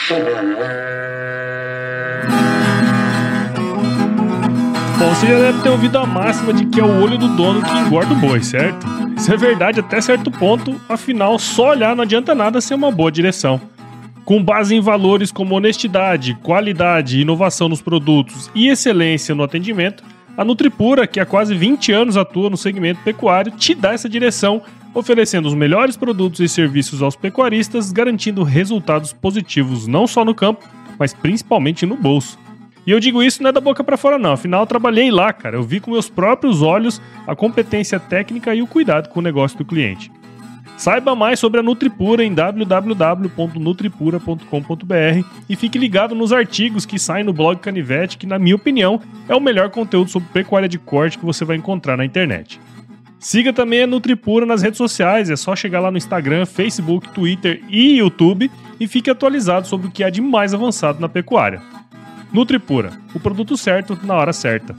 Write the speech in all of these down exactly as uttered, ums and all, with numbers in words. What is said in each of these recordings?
Bom, você já deve ter ouvido a máxima de que é o olho do dono que engorda o boi, certo? Isso é verdade até certo ponto, afinal, só olhar não adianta nada ser uma boa direção. Com base em valores como honestidade, qualidade, inovação nos produtos e excelência no atendimento, a Nutripura, que há quase vinte anos atua no segmento pecuário, te dá essa direção, oferecendo os melhores produtos e serviços aos pecuaristas, garantindo resultados positivos não só no campo, mas principalmente no bolso. E eu digo isso não é da boca pra fora não, afinal eu trabalhei lá, cara, eu vi com meus próprios olhos a competência técnica e o cuidado com o negócio do cliente. Saiba mais sobre a Nutripura em w w w ponto nutripura ponto com ponto b r e fique ligado nos artigos que saem no blog Canivete, que na minha opinião é o melhor conteúdo sobre pecuária de corte que você vai encontrar na internet. Siga também a Nutripura nas redes sociais, é só chegar lá no Instagram, Facebook, Twitter e YouTube e fique atualizado sobre o que há de mais avançado na pecuária. Nutripura, o produto certo na hora certa.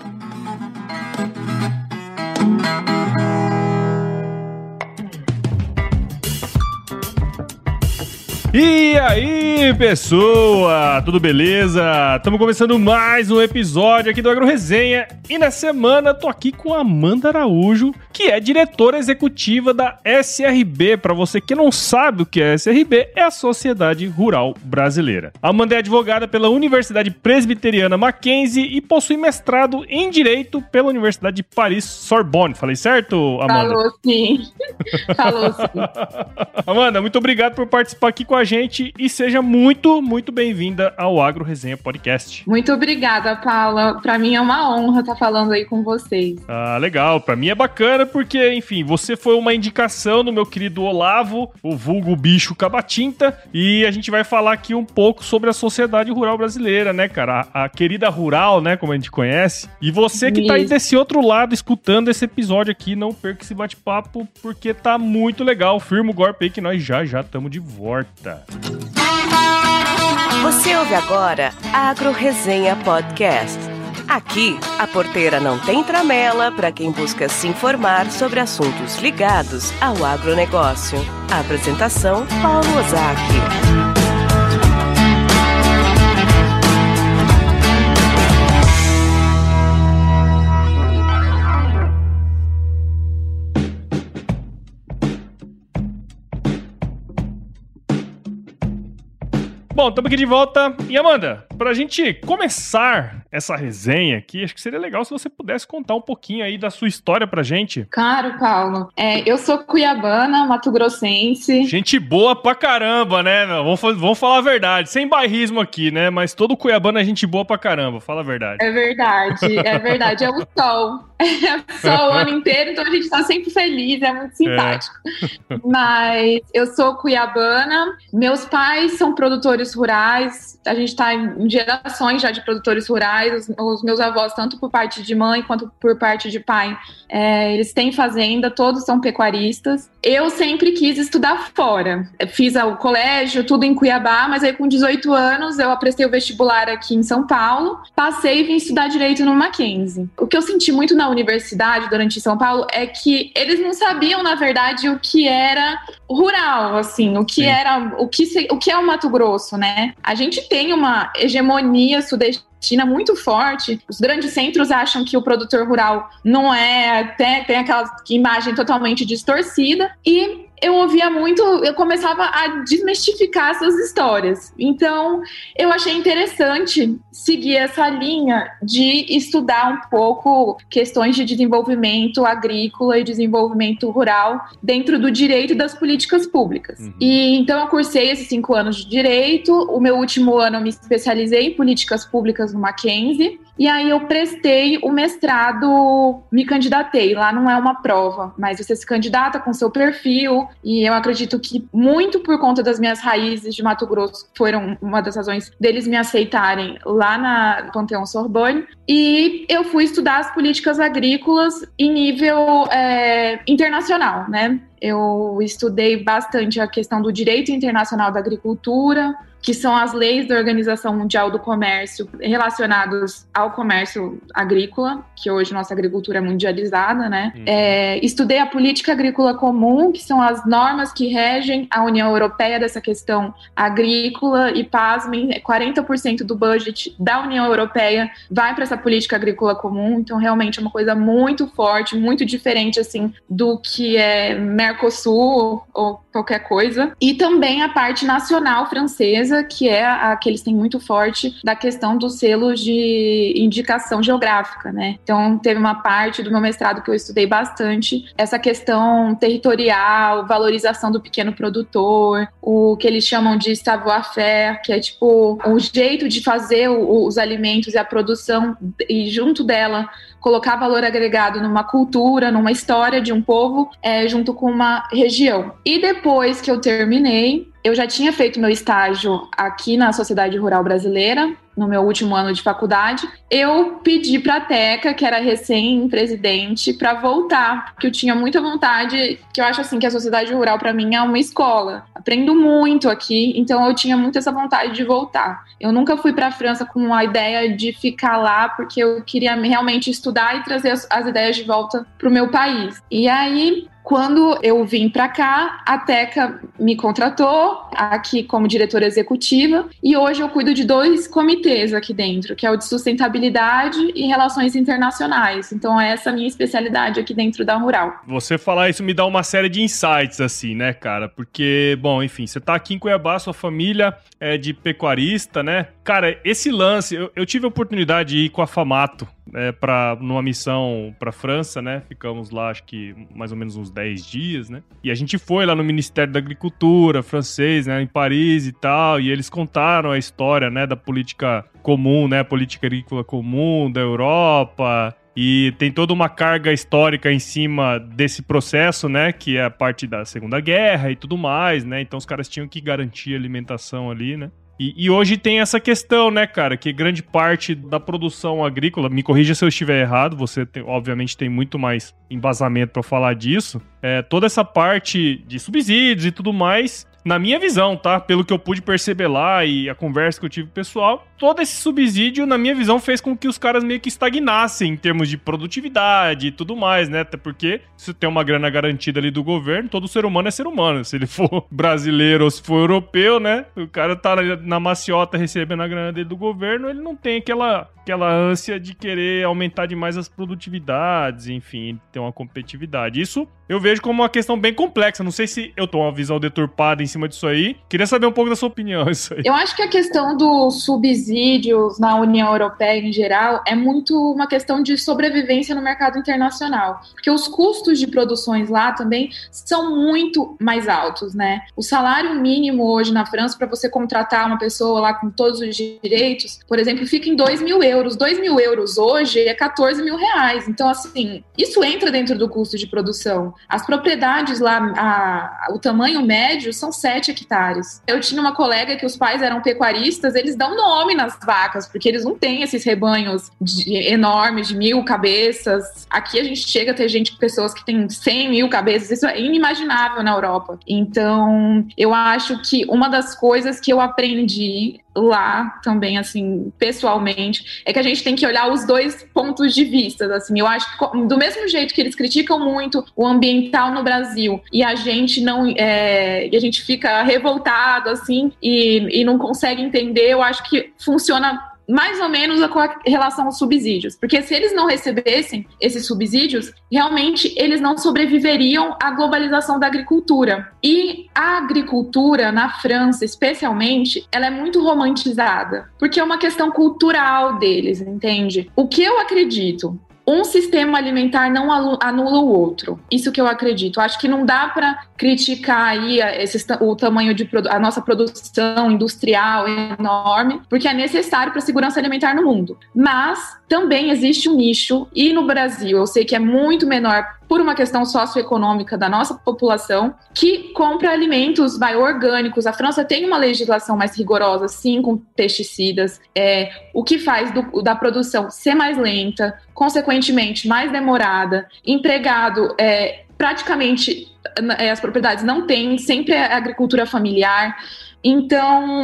E aí, pessoa, tudo beleza? Estamos começando mais um episódio aqui do Agro Resenha e na semana tô aqui com a Amanda Araújo, que é diretora executiva da S R B. Para você que não sabe o que é S R B, é a Sociedade Rural Brasileira. A Amanda é advogada pela Universidade Presbiteriana Mackenzie e possui mestrado em Direito pela Universidade de Paris Sorbonne. Falei certo, Amanda? Falou sim. Falou sim. Amanda, muito obrigado por participar aqui com a gente e seja muito, muito bem-vinda ao Agro Resenha Podcast. Muito obrigada, Paula. Para mim é uma honra estar falando aí com vocês. Ah, legal. Para mim é bacana porque, enfim, você foi uma indicação do meu querido Olavo, o vulgo bicho Cabatinta, e a gente vai falar aqui um pouco sobre a sociedade rural brasileira, né, cara? A, a querida rural, né, como a gente conhece. E você que Isso. tá aí desse outro lado escutando esse episódio aqui, não perca esse bate-papo porque tá muito legal. Firma o golpe aí que nós já já estamos de volta. Você ouve agora Agro Resenha Podcast. Aqui, a porteira não tem tramela para quem busca se informar sobre assuntos ligados ao agronegócio. A apresentação, Paulo Ozaki. Bom, estamos aqui de volta. E Amanda, pra gente começar essa resenha aqui, acho que seria legal se você pudesse contar um pouquinho aí da sua história pra gente. Claro, Paulo. É, eu sou cuiabana, mato-grossense. Gente boa pra caramba, né? Vamos, vamos falar a verdade. Sem bairrismo aqui, né? Mas todo cuiabano é gente boa pra caramba, fala a verdade. É verdade, é verdade. É o sol. É sol o ano inteiro, então a gente tá sempre feliz, é muito simpático. É. Mas eu sou cuiabana, meus pais são produtores rurais, a gente tá em gerações já de produtores rurais, os, os meus avós, tanto por parte de mãe quanto por parte de pai, é, eles têm fazenda, todos são pecuaristas. Eu sempre quis estudar fora, fiz o colégio, tudo em Cuiabá, mas aí com dezoito anos eu prestei o vestibular aqui em São Paulo, passei e vim estudar Direito no Mackenzie. O que eu senti muito na universidade durante São Paulo é que eles não sabiam, na verdade, o que era rural, assim, o que Sim. era, o que, se, o que é o Mato Grosso, né? A gente tem uma hegemonia sudestina muito forte. Os grandes centros acham que o produtor rural não é, tem, tem aquela imagem totalmente distorcida e eu ouvia muito, eu começava a desmistificar essas histórias. Então, eu achei interessante seguir essa linha de estudar um pouco questões de desenvolvimento agrícola e desenvolvimento rural dentro do direito e das políticas públicas. Uhum. E então eu cursei esses cinco anos de direito. O meu último ano eu me especializei em políticas públicas no Mackenzie. E aí eu prestei o mestrado, me candidatei. Lá não é uma prova, mas você se candidata com seu perfil. E eu acredito que muito por conta das minhas raízes de Mato Grosso foram uma das razões deles me aceitarem lá na Panteão Sorbonne. E eu fui estudar as políticas agrícolas em nível é, internacional, né? Eu estudei bastante a questão do direito internacional da agricultura, que são as leis da Organização Mundial do Comércio relacionadas ao comércio agrícola, que hoje nossa agricultura é mundializada, né? Uhum. É, estudei a política agrícola comum, que são as normas que regem a União Europeia dessa questão agrícola, e pasmem, quarenta por cento do budget da União Europeia vai para essa política agrícola comum, então realmente é uma coisa muito forte, muito diferente assim do que é Mercosul ou qualquer coisa. E também a parte nacional francesa, que é a que eles têm muito forte da questão dos selos de indicação geográfica, né? Então teve uma parte do meu mestrado que eu estudei bastante essa questão territorial, valorização do pequeno produtor, o que eles chamam de savoir-faire, que é tipo o jeito de fazer o, os alimentos e a produção, e junto dela colocar valor agregado numa cultura, numa história de um povo, é, junto com uma região. E depois que eu terminei, eu já tinha feito meu estágio aqui na Sociedade Rural Brasileira, no meu último ano de faculdade. Eu pedi para a Teca, que era recém-presidente, para voltar, porque eu tinha muita vontade, que eu acho assim que a Sociedade Rural para mim é uma escola. Aprendo muito aqui, então eu tinha muito essa vontade de voltar. Eu nunca fui para a França com a ideia de ficar lá, porque eu queria realmente estudar e trazer as, as ideias de volta para o meu país. E aí, quando eu vim para cá, a Teca me contratou aqui como diretora executiva, e hoje eu cuido de dois comitês aqui dentro, que é o de sustentabilidade e relações internacionais. Então é essa a minha especialidade aqui dentro da Rural. Você falar isso me dá uma série de insights, assim, né, cara? Porque, bom, enfim, você tá aqui em Cuiabá, sua família é de pecuarista, né? Cara, esse lance, eu, eu tive a oportunidade de ir com a Famato, É, pra, numa missão pra França, né? Ficamos lá, acho que mais ou menos uns dez dias, né? E a gente foi lá no Ministério da Agricultura francês, né? Em Paris e tal, e eles contaram a história, né? Da política comum, né? Política agrícola comum da Europa. E tem toda uma carga histórica em cima desse processo, né? Que é a parte da Segunda Guerra e tudo mais, né? Então os caras tinham que garantir a alimentação ali, né? E, e hoje tem essa questão, né, cara, que grande parte da produção agrícola, me corrija se eu estiver errado, você tem, obviamente tem muito mais embasamento para falar disso, é, toda essa parte de subsídios e tudo mais, na minha visão, tá, pelo que eu pude perceber lá e a conversa que eu tive com o pessoal, todo esse subsídio, na minha visão, fez com que os caras meio que estagnassem em termos de produtividade e tudo mais, né, até porque se tem uma grana garantida ali do governo, todo ser humano é ser humano, se ele for brasileiro ou se for europeu, né, o cara tá na maciota recebendo a grana dele do governo, ele não tem aquela, aquela ânsia de querer aumentar demais as produtividades, enfim, ter uma competitividade. Isso eu vejo como uma questão bem complexa, não sei se eu tô uma visão deturpada em cima disso aí, queria saber um pouco da sua opinião isso aí. Eu acho que a questão dos subsídios na União Europeia em geral é muito uma questão de sobrevivência no mercado internacional, porque os custos de produções lá também são muito mais altos, né? O salário mínimo hoje na França, para você contratar uma pessoa lá com todos os direitos, por exemplo, fica em dois mil euros. dois mil euros hoje é quatorze mil reais. Então, assim, isso entra dentro do custo de produção. As propriedades lá, a, o tamanho médio são sete hectares. Eu tinha uma colega que os pais eram pecuaristas, eles dão nome nas vacas, porque eles não têm esses rebanhos de, enormes, de mil cabeças. Aqui a gente chega a ter gente, pessoas que têm cem mil cabeças, isso é inimaginável na Europa. Então, eu acho que uma das coisas que eu aprendi lá também, assim, pessoalmente, é que a gente tem que olhar os dois pontos de vista, assim. Eu acho que do mesmo jeito que eles criticam muito o ambiental no Brasil e a gente não, é, e a gente fica revoltado, assim, e, e não consegue entender, eu acho que funciona mais ou menos com a relação aos subsídios. Porque se eles não recebessem esses subsídios, realmente eles não sobreviveriam à globalização da agricultura. E a agricultura, na França especialmente, ela é muito romantizada, porque é uma questão cultural deles, entende? O que eu acredito? Um sistema alimentar não anula o outro. Isso que eu acredito. Acho que não dá para criticar aí esse, o tamanho de a nossa produção industrial enorme, porque é necessário para a segurança alimentar no mundo. Mas também existe um nicho, e no Brasil eu sei que é muito menor por uma questão socioeconômica da nossa população, que compra alimentos vai, orgânicos. A França tem uma legislação mais rigorosa, sim, com pesticidas, é, o que faz do, da produção ser mais lenta, consequentemente mais demorada, empregado, é, praticamente é, as propriedades não têm, sempre é agricultura familiar. Então,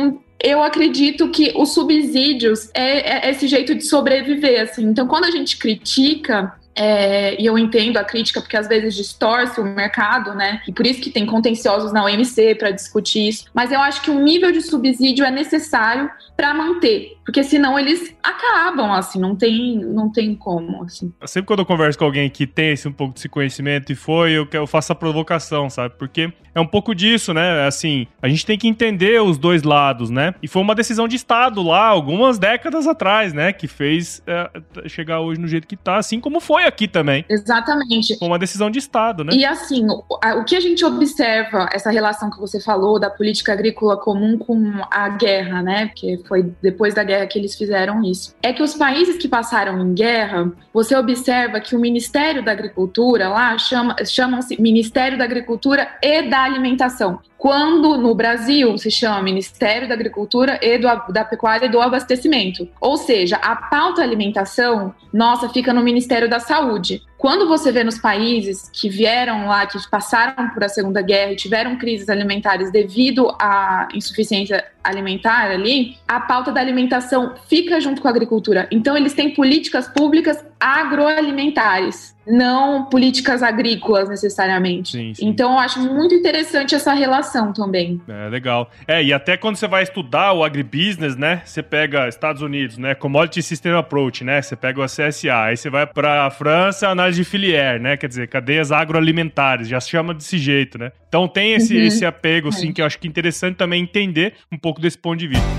eu acredito que os subsídios é, é esse jeito de sobreviver, assim. Então, quando a gente critica... É, e eu entendo a crítica porque às vezes distorce o mercado, né? E por isso que tem contenciosos na O M C para discutir isso. Mas eu acho que um nível de subsídio é necessário para manter, porque senão eles acabam, assim, não tem, não tem como, assim. Sempre quando eu converso com alguém que tem esse, um pouco desse conhecimento e foi, eu, eu faço a provocação, sabe? Porque é um pouco disso, né? Assim, a gente tem que entender os dois lados, né? E foi uma decisão de Estado lá, algumas décadas atrás, né? Que fez é, chegar hoje no jeito que tá, assim como foi aqui também. Exatamente. Foi uma decisão de Estado, né? E assim, o, a, o que a gente observa, essa relação que você falou da política agrícola comum com a guerra, né? Porque foi depois da guerra que eles fizeram isso. É que os países que passaram em guerra, você observa que o Ministério da Agricultura lá chama, chamam-se Ministério da Agricultura e da Alimentação. Quando no Brasil se chama Ministério da Agricultura e do, da Pecuária e do Abastecimento. Ou seja, a pauta alimentação, nossa, fica no Ministério da Saúde. Quando você vê nos países que vieram lá, que passaram por a Segunda Guerra e tiveram crises alimentares devido à insuficiência alimentar ali, a pauta da alimentação fica junto com a agricultura. Então, eles têm políticas públicas agroalimentares, não políticas agrícolas necessariamente. Sim, sim. Então, eu acho muito interessante essa relação também. É, legal. É, e até quando você vai estudar o agribusiness, né, você pega Estados Unidos, né, Commodity System Approach, né, você pega o C S A, aí você vai pra França, análise de filière, né, quer dizer, cadeias agroalimentares, já se chama desse jeito, né. Então tem esse, uhum. esse apego, sim, é. que eu acho que é interessante também entender um pouco desse ponto de vista.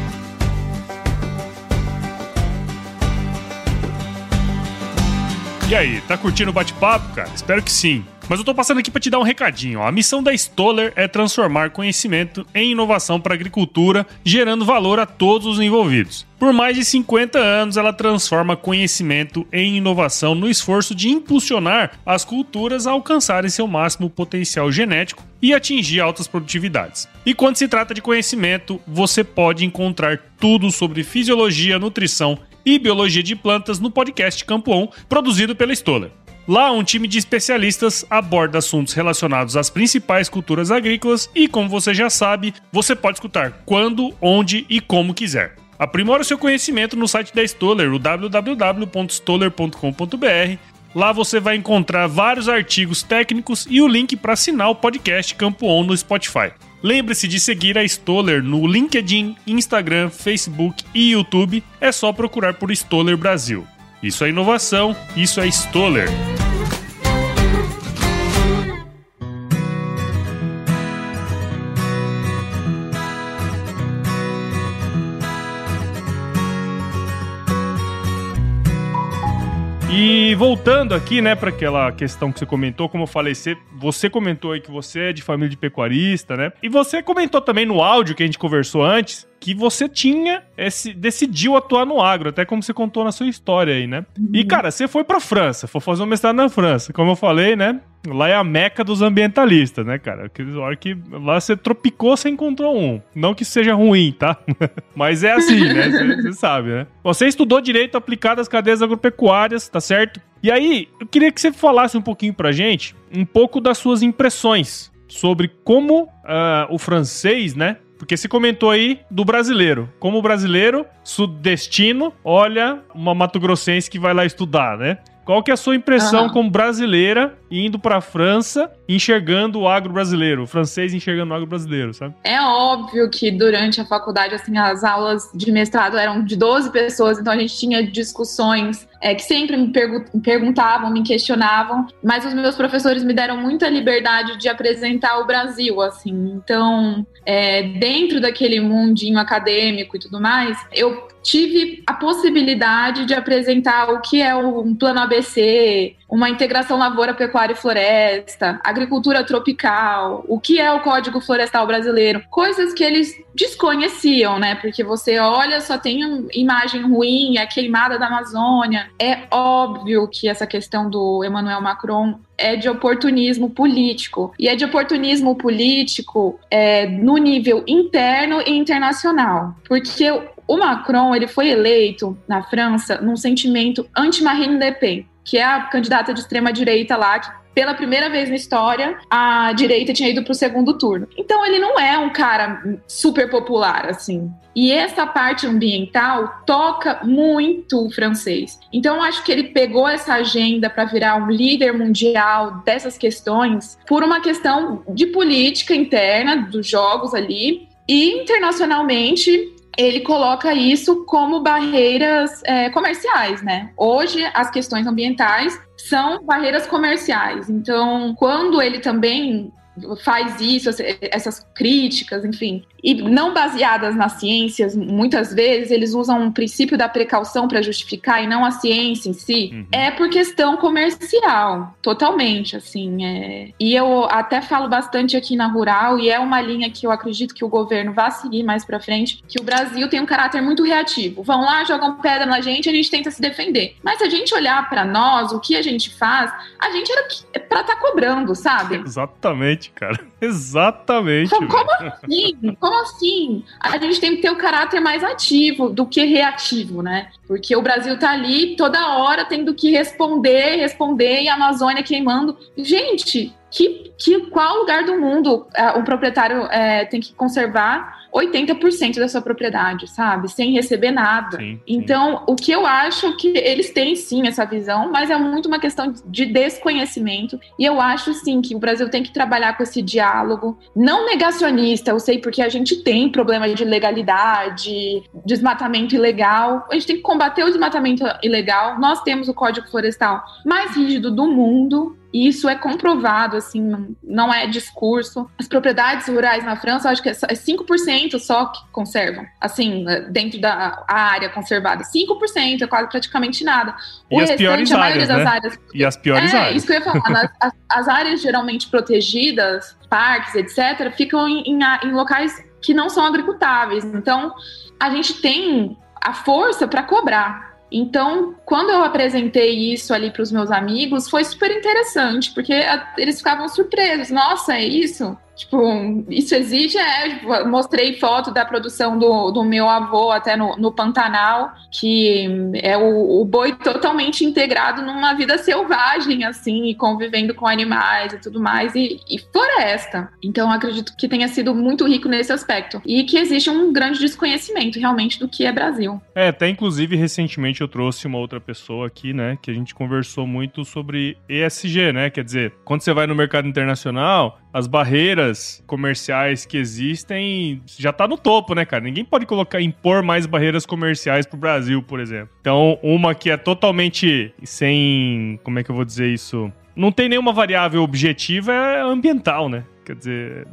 E aí, tá curtindo o bate-papo, cara? Espero que sim. Mas eu tô passando aqui para te dar um recadinho. Ó. A missão da Stoller é transformar conhecimento em inovação para a agricultura, gerando valor a todos os envolvidos. Por mais de cinquenta anos, ela transforma conhecimento em inovação no esforço de impulsionar as culturas a alcançarem seu máximo potencial genético e atingir altas produtividades. E quando se trata de conhecimento, você pode encontrar tudo sobre fisiologia, nutrição e biologia de plantas no podcast Campo On, produzido pela Stoller. Lá, um time de especialistas aborda assuntos relacionados às principais culturas agrícolas e, como você já sabe, você pode escutar quando, onde e como quiser. Aprimora o seu conhecimento no site da Stoller, o w w w ponto stoller ponto com ponto b r. Lá você vai encontrar vários artigos técnicos e o link para assinar o podcast Campo On no Spotify. Lembre-se de seguir a Stoller no LinkedIn, Instagram, Facebook e YouTube. É só procurar por Stoller Brasil. Isso é inovação, isso é Stoller. E voltando aqui, né, para aquela questão que você comentou, como eu falei, você, você comentou aí que você é de família de pecuarista, né? E você comentou também no áudio que a gente conversou antes, que você tinha, esse, decidiu atuar no agro, até como você contou na sua história aí, né? Uhum. E, cara, você foi pra França, foi fazer um mestrado na França, como eu falei, né? Lá é a meca dos ambientalistas, né, cara? A hora que lá você tropicou, você encontrou um. Não que isso seja ruim, tá? Mas é assim, né? Você sabe, né? Você estudou Direito Aplicado às Cadeias Agropecuárias, tá certo? E aí, eu queria que você falasse um pouquinho pra gente, um pouco das suas impressões sobre como uh, o francês, né? Porque você comentou aí do brasileiro. Como o brasileiro sudestino olha uma mato-grossense que vai lá estudar, né? Qual que é a sua impressão uhum. como brasileira indo pra França, enxergando o agro brasileiro, o francês enxergando o agro brasileiro, sabe? É óbvio que durante a faculdade, assim, as aulas de mestrado eram de doze pessoas, então a gente tinha discussões é, que sempre me pergu- perguntavam, me questionavam, mas os meus professores me deram muita liberdade de apresentar o Brasil, assim. Então, é, dentro daquele mundinho acadêmico e tudo mais, eu tive a possibilidade de apresentar o que é um plano A B C, uma integração lavoura, pecuária e floresta, agricultura tropical, o que é o Código Florestal Brasileiro, coisas que eles desconheciam, né? Porque você olha, só tem uma imagem ruim, a queimada da Amazônia. É óbvio que essa questão do Emmanuel Macron é de oportunismo político. E é de oportunismo político é, no nível interno e internacional. Porque o Macron, ele foi eleito na França num sentimento anti-Marine Le Pen, que é a candidata de extrema-direita lá, que pela primeira vez na história, a direita tinha ido pro segundo turno. Então ele não é um cara super popular, assim. E essa parte ambiental toca muito o francês. Então eu acho que ele pegou essa agenda para virar um líder mundial dessas questões por uma questão de política interna dos jogos ali, e internacionalmente ele coloca isso como barreiras é, comerciais, né? Hoje, as questões ambientais são barreiras comerciais. Então, quando ele também faz isso, essas críticas, enfim, e não baseadas nas ciências, muitas vezes eles usam um princípio da precaução para justificar e não a ciência em si, uhum. é por questão comercial, totalmente, assim, é... e eu até falo bastante aqui na Rural, e é uma linha que eu acredito que o governo vai seguir mais para frente, que o Brasil tem um caráter muito reativo, vão lá, jogam pedra na gente, a gente tenta se defender, mas se a gente olhar para nós, o que a gente faz, a gente era para estar tá cobrando, sabe? Exatamente, cara, exatamente. Como, como assim? Como assim? A gente tem que ter o caráter mais ativo do que reativo, né? Porque o Brasil tá ali toda hora tendo que responder, responder, e a Amazônia queimando. Gente, que, que, qual lugar do mundo uh, o proprietário uh, tem que conservar oitenta por cento da sua propriedade, sabe? Sem receber nada. Sim, sim. Então, o que eu acho que eles têm, sim, essa visão, mas é muito uma questão de desconhecimento. E eu acho, sim, que o Brasil tem que trabalhar com esse diálogo. Não negacionista, eu sei, porque a gente tem problema de legalidade, desmatamento ilegal. A gente tem que combater o desmatamento ilegal. Nós temos o Código Florestal mais rígido do mundo. E isso é comprovado, assim, não é discurso. As propriedades rurais na França, eu acho que é cinco por cento só que conservam, assim, dentro da área conservada. cinco por cento, é quase praticamente nada. O e as piores a áreas, das né? áreas... E as piores é, áreas. É, isso que eu ia falar. Nas, as, as áreas geralmente protegidas, parques, etcétera, ficam em, em, em locais que não são agricultáveis. Então, a gente tem a força para cobrar. Então, quando eu apresentei isso ali para os meus amigos, foi super interessante, porque eles ficavam surpresos. Nossa, é isso? Tipo, isso existe? É, tipo, mostrei foto da produção do, do meu avô até no, no Pantanal, que é o, o boi totalmente integrado numa vida selvagem, assim, e convivendo com animais e tudo mais, e, e floresta. Então, acredito que tenha sido muito rico nesse aspecto. E que existe um grande desconhecimento, realmente, do que é Brasil. É, até inclusive, recentemente eu trouxe uma outra pessoa aqui, né, que a gente conversou muito sobre E S G, né, quer dizer, quando você vai no mercado internacional, as barreiras comerciais que existem já tá no topo, né, cara? Ninguém pode colocar, impor mais barreiras comerciais pro Brasil, por exemplo. Então, uma que é totalmente sem... Como é que eu vou dizer isso? Não tem nenhuma variável objetiva, é ambiental, né? Quer dizer,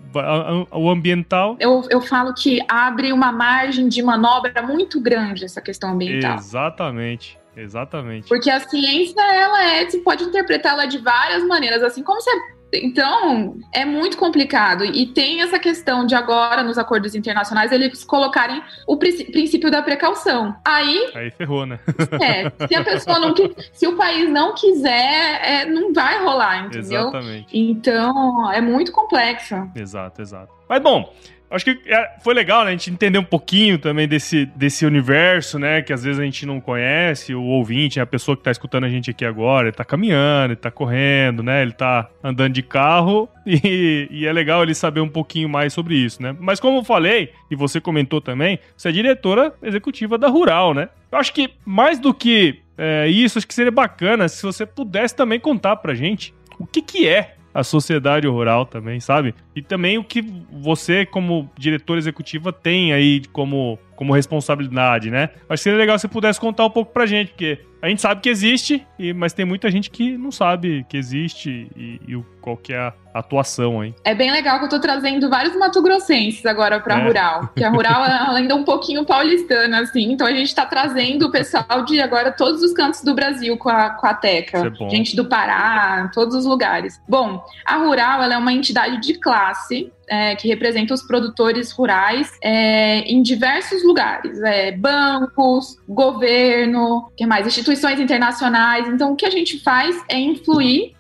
o ambiental... Eu, eu falo que abre uma margem de manobra muito grande essa questão ambiental. Exatamente. Exatamente. Porque a ciência, ela é... Você pode interpretá-la de várias maneiras. Assim como você... Então, é muito complicado. E tem essa questão de agora, nos acordos internacionais, eles colocarem o princípio da precaução. Aí... Aí ferrou, né? É, se a pessoa não... Se o país não quiser, é, não vai rolar, entendeu? Exatamente. Então, é muito complexo. Exato, exato. Mas, bom... Acho que foi legal, né, a gente entender um pouquinho também desse, desse universo, né, que às vezes a gente não conhece, o ouvinte, a pessoa que tá escutando a gente aqui agora, ele tá caminhando, ele tá correndo, né, ele tá andando de carro e, e é legal ele saber um pouquinho mais sobre isso, né. Mas como eu falei, e você comentou também, você é diretora executiva da Rural, né. Eu acho que mais do que é, isso, acho que seria bacana se você pudesse também contar pra gente o que que é a sociedade rural também, sabe? E também o que você, como diretora executiva, tem aí como, como responsabilidade, né? Acho que seria legal se você pudesse contar um pouco pra gente, porque a gente sabe que existe, e, mas tem muita gente que não sabe que existe e, e qual que é a atuação aí. É bem legal que eu tô trazendo vários mato-grossenses agora pra é. Rural, porque a Rural ela ainda é um pouquinho paulistana, assim, então a gente tá trazendo o pessoal de agora todos os cantos do Brasil com a, com a Teca, é gente do Pará, todos os lugares. Bom, a Rural ela é uma entidade de classe É, que representa os produtores rurais é, em diversos lugares, é, bancos, governo, que mais? Instituições internacionais. Então, o que a gente faz é influir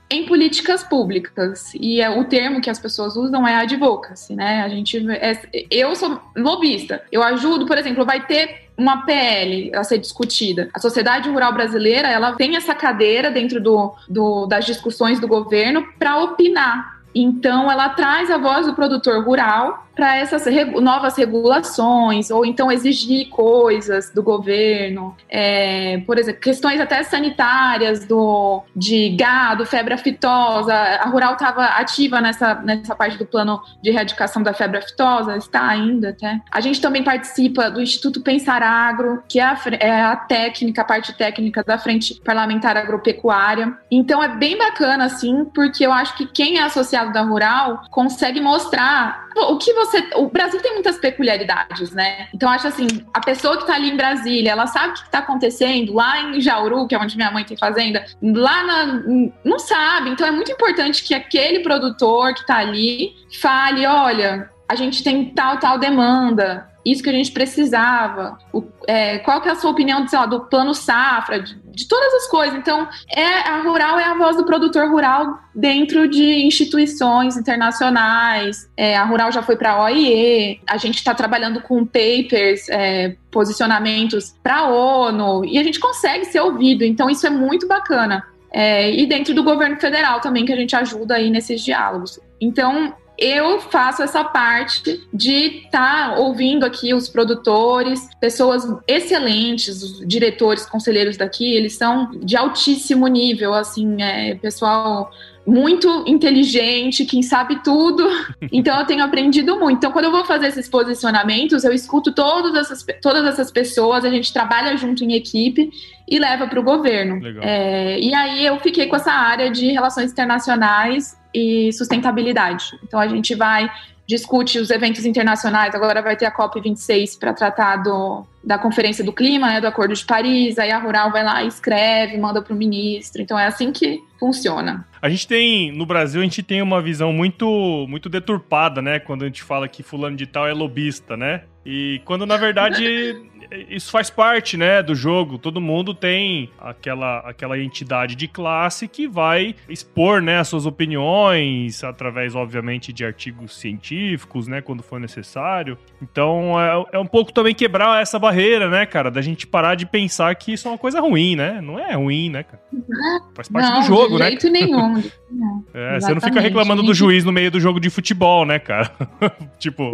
em políticas públicas. E é, o termo que as pessoas usam é advocacy, né? A gente, é, eu sou lobista. Eu ajudo, por exemplo, vai ter uma P L a ser discutida. A sociedade rural brasileira, ela tem essa cadeira dentro do, do, das discussões do governo para opinar. Então, ela traz a voz do produtor rural para essas regu- novas regulações, ou então exigir coisas do governo, é, por exemplo, questões até sanitárias do, de gado, febre aftosa. A Rural estava ativa nessa, nessa parte do plano de erradicação da febre aftosa, está ainda até. A gente também participa do Instituto Pensar Agro, que é a, é a técnica, a parte técnica da Frente Parlamentar Agropecuária. Então, é bem bacana, assim, porque eu acho que quem é associado da Rural consegue mostrar o que você... O Brasil tem muitas peculiaridades, né? Então, acho assim, a pessoa que tá ali em Brasília, ela sabe o que tá acontecendo lá em Jauru, que é onde minha mãe tem fazenda, lá na... não sabe. Então, é muito importante que aquele produtor que tá ali fale, olha, a gente tem tal, tal demanda, isso que a gente precisava, o, é, qual que é a sua opinião sei lá, do plano safra, de, de todas as coisas. Então, é, a Rural é a voz do produtor rural dentro de instituições internacionais. É, a Rural já foi para a O I E, a gente está trabalhando com papers, é, posicionamentos para a ONU, e a gente consegue ser ouvido, então isso é muito bacana. É, e dentro do governo federal também, que a gente ajuda aí nesses diálogos. Então, eu faço essa parte de estar tá ouvindo aqui os produtores, pessoas excelentes, os diretores, conselheiros daqui, eles são de altíssimo nível, assim, é, pessoal muito inteligente, quem sabe tudo. Então, eu tenho aprendido muito. Então, quando eu vou fazer esses posicionamentos, eu escuto todas essas, todas essas pessoas, a gente trabalha junto em equipe e leva para o governo. É, e aí, eu fiquei com essa área de relações internacionais e sustentabilidade. Então, a gente vai, discute os eventos internacionais, agora vai ter a COP vinte e seis para tratar do, da Conferência do Clima, né, do Acordo de Paris, aí a Rural vai lá e escreve, manda para o ministro. Então, é assim que funciona. A gente tem, no Brasil, a gente tem uma visão muito, muito deturpada, né, quando a gente fala que fulano de tal é lobista, né? E quando, na verdade, isso faz parte, né, do jogo. Todo mundo tem aquela, aquela entidade de classe que vai expor, né, as suas opiniões através, obviamente, de artigos científicos, né, quando for necessário. Então, é, é um pouco também quebrar essa barreira, né, cara, da gente parar de pensar que isso é uma coisa ruim, né? Não é ruim, né, cara? Faz parte não, do jogo, de né? jeito nenhum. Não. É, você não fica reclamando do juiz no meio do jogo de futebol, né, cara? Tipo...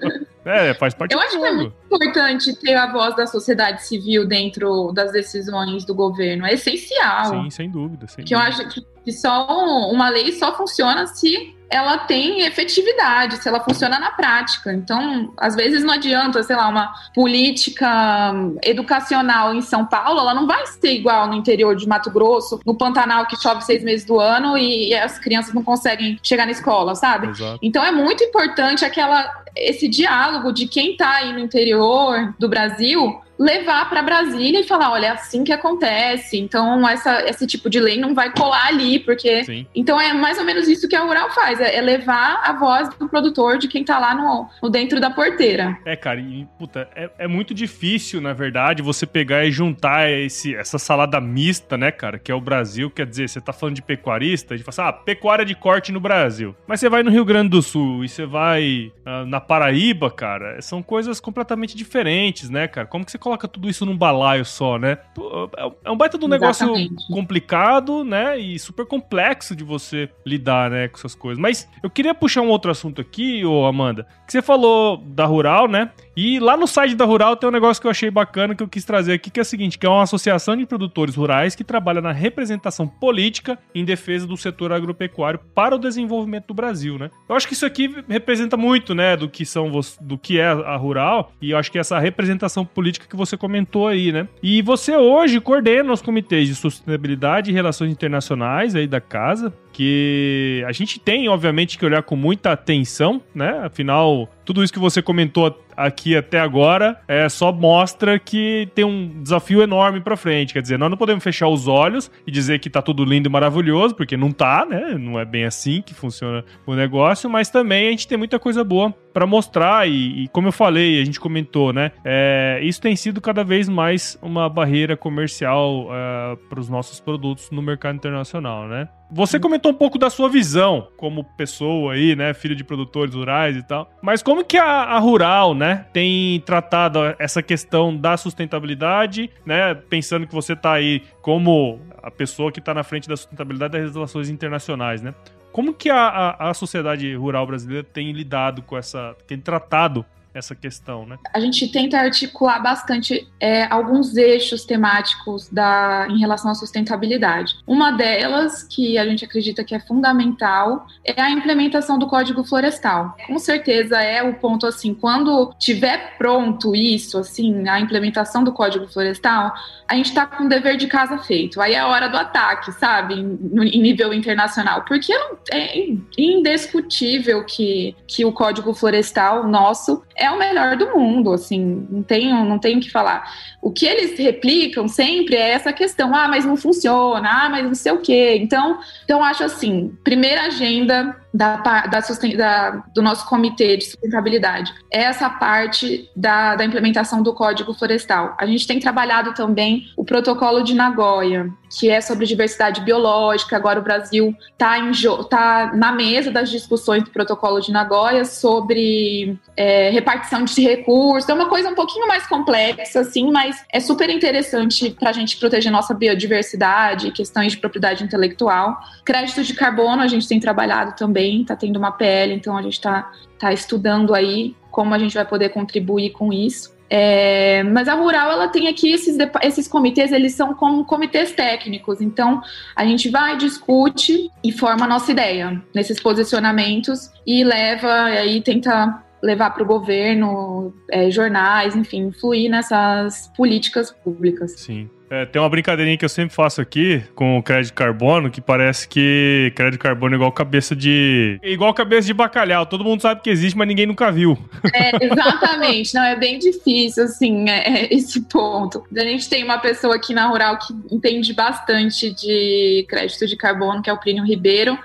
É, faz parte Eu do acho jogo. que é muito importante ter a voz da sociedade civil dentro das decisões do governo. É essencial. Sim, sem dúvida. Sem Porque dúvida. eu acho que só uma lei só funciona se ela tem efetividade, se ela funciona na prática. Então, às vezes não adianta, sei lá, uma política educacional em São Paulo, ela não vai ser igual no interior de Mato Grosso, no Pantanal que chove seis meses do ano e as crianças não conseguem chegar na escola, sabe? Exato. Então é muito importante aquela, esse diálogo de quem tá aí no interior do Brasil levar para Brasília e falar, olha, é assim que acontece, então essa, esse tipo de lei não vai colar ali, porque... Sim. Então é mais ou menos isso que a Rural faz, é, é levar a voz do produtor, de quem tá lá no, no dentro da porteira. É, cara, e, puta, é, é muito difícil, na verdade, você pegar e juntar esse, essa salada mista, né, cara, que é o Brasil, quer dizer, você tá falando de pecuarista, a gente fala assim, ah, pecuária de corte no Brasil. Mas você vai no Rio Grande do Sul e você vai uh, na Paraíba, cara, são coisas completamente diferentes, né, cara? Como que você coloca tudo isso num balaio só, né? É um baita de um negócio Exatamente. complicado, né? E super complexo de você lidar, né, com essas coisas. Mas eu queria puxar um outro assunto aqui, ô Amanda, que você falou da Rural, né? E lá no site da Rural tem um negócio que eu achei bacana que eu quis trazer aqui, que é o seguinte, que é uma associação de produtores rurais que trabalha na representação política em defesa do setor agropecuário para o desenvolvimento do Brasil, né? Eu acho que isso aqui representa muito, né, do que são, do que é a Rural, e eu acho que essa representação política que você comentou aí, né? E você hoje coordena os comitês de sustentabilidade e relações internacionais aí da casa, que a gente tem, obviamente, que olhar com muita atenção, né? Afinal, tudo isso que você comentou aqui até agora é, só mostra que tem um desafio enorme pra frente. Quer dizer, nós não podemos fechar os olhos e dizer que tá tudo lindo e maravilhoso, porque não tá, né? Não é bem assim que funciona o negócio, mas também a gente tem muita coisa boa pra mostrar e, e como eu falei, a gente comentou, né? É, isso tem sido cada vez mais uma barreira comercial uh, para os nossos produtos no mercado internacional, né? Você comentou um pouco da sua visão como pessoa aí, né, filho de produtores rurais e tal, mas como que a, a Rural, né, tem tratado essa questão da sustentabilidade, né, pensando que você tá aí como a pessoa que tá na frente da sustentabilidade das relações internacionais, né? Como que a, a, a sociedade rural brasileira tem lidado com essa, tem tratado essa questão, né? A gente tenta articular bastante é, alguns eixos temáticos da, em relação à sustentabilidade. Uma delas, que a gente acredita que é fundamental, é a implementação do Código Florestal. Com certeza é o ponto, assim, quando tiver pronto isso, assim, a implementação do Código Florestal, a gente tá com o dever de casa feito. Aí é a hora do ataque, sabe? Em, em nível internacional. Porque é indiscutível que, que o Código Florestal nosso é o melhor do mundo, assim, não tenho, não tenho o que falar. O que eles replicam sempre é essa questão, ah, mas não funciona, ah, mas não sei o quê. Então, então acho assim, primeira agenda da, da, da, do nosso comitê de sustentabilidade é essa parte da, da implementação do Código Florestal. A gente tem trabalhado também o Protocolo de Nagoya, que é sobre diversidade biológica. Agora o Brasil está tá na mesa das discussões do Protocolo de Nagoya sobre é, repartição de recursos. É uma coisa um pouquinho mais complexa, assim, mas é super interessante para a gente proteger nossa biodiversidade, questões de propriedade intelectual. Créditos de carbono a gente tem trabalhado também, está tendo uma P L, então a gente está tá estudando aí como a gente vai poder contribuir com isso. É, mas a Rural, ela tem aqui esses, esses comitês, eles são como comitês técnicos, então a gente vai, discute e forma a nossa ideia nesses posicionamentos e leva, aí tenta levar para o governo, é, jornais, enfim, influir nessas políticas públicas. Sim. É, tem uma brincadeirinha que eu sempre faço aqui com o crédito de carbono, que parece que crédito de carbono é igual cabeça de... igual cabeça de bacalhau. Todo mundo sabe que existe, mas ninguém nunca viu. É, exatamente. Não, é bem difícil, assim, é, é esse ponto. A gente tem uma pessoa aqui na Rural que entende bastante de crédito de carbono, que é o Plínio Ribeiro.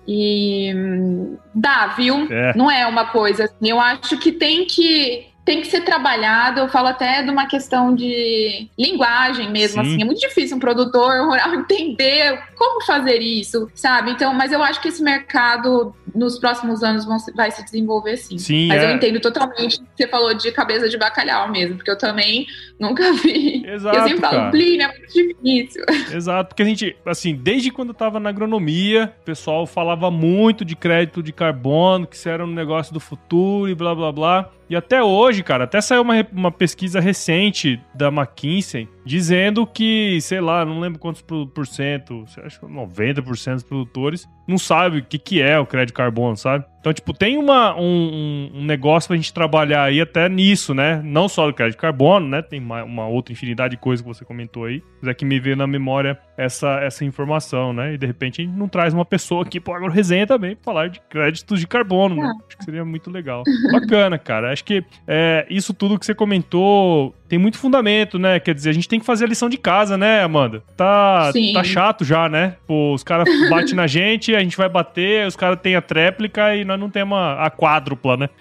E dá, viu? É. Não é uma coisa assim. Eu acho que tem que... tem que ser trabalhado. Eu falo até de uma questão de linguagem mesmo, Sim. assim, é muito difícil um produtor rural entender como fazer isso, sabe? Então, mas eu acho que esse mercado nos próximos anos vão, vai se desenvolver sim. sim mas é. eu entendo totalmente que você falou de cabeça de bacalhau mesmo, porque eu também nunca vi. Exato, eu sempre falo, cara. Plínio, é muito difícil. Exato, porque a gente, assim, desde quando eu tava na agronomia, o pessoal falava muito de crédito de carbono, que isso era um negócio do futuro e blá blá blá. E até hoje, cara, até saiu uma, uma pesquisa recente da McKinsey dizendo que, sei lá, não lembro quantos por, por cento, acho que noventa por cento dos produtores não sabem o que, que é o crédito de carbono, sabe? Então, tipo, tem uma, um, um negócio pra gente trabalhar aí até nisso, né? Não só do crédito de carbono, né? Tem uma, uma outra infinidade de coisas que você comentou aí. Mas é que me veio na memória essa, essa informação, né? E, de repente, a gente não traz uma pessoa aqui pro AgroResenha também pra falar de créditos de carbono, né? Acho que seria muito legal. Bacana, cara. Acho que é, isso tudo que você comentou tem muito fundamento, né? Quer dizer, a gente tem que fazer a lição de casa, né, Amanda? Tá, tá chato já, né? Pô, os caras batem na gente, a gente vai bater, os caras têm a tréplica e nós não temos a, a quádrupla, né?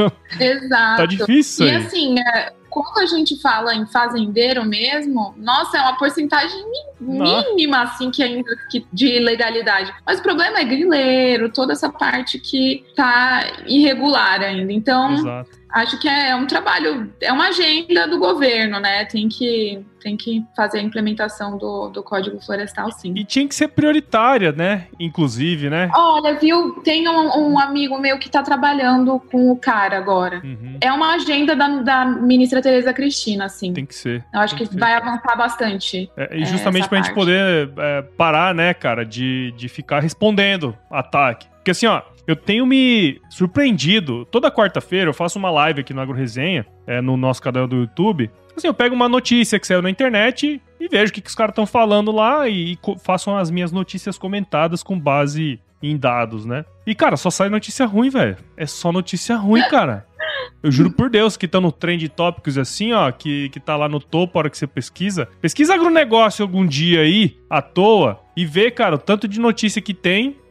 Exato. Tá difícil E aí. assim, é, quando a gente fala em fazendeiro mesmo, nossa, é uma porcentagem mínima, assim, que ainda que, de ilegalidade. Mas o problema é grileiro, toda essa parte que tá irregular ainda. Então, Exato. Acho que é um trabalho, é uma agenda do governo, né? Tem que, tem que fazer a implementação do, do Código Florestal, sim. E tinha que ser prioritária, né? Inclusive, né? Olha, viu? Tem um, um amigo meu que tá trabalhando com o cara agora. Uhum. É uma agenda da, da ministra Tereza Cristina, assim. Tem que ser. Eu acho que, que vai avançar bastante. É, e justamente é, pra parte. gente poder é, parar, né, cara, de, de ficar respondendo ataque. Porque assim, ó, eu tenho me surpreendido. Toda quarta-feira eu faço uma live aqui no AgroResenha, é, no nosso canal do YouTube. Assim, eu pego uma notícia que saiu na internet e vejo o que, que os caras estão falando lá e, e faço as minhas notícias comentadas com base em dados, né? E, cara, só sai notícia ruim, velho. É só notícia ruim, cara. Eu juro por Deus que tá no Trend Topics assim, ó, que, que tá lá no topo a hora que você pesquisa. Pesquisa agronegócio algum dia aí, à toa, e vê, cara, o tanto de notícia que tem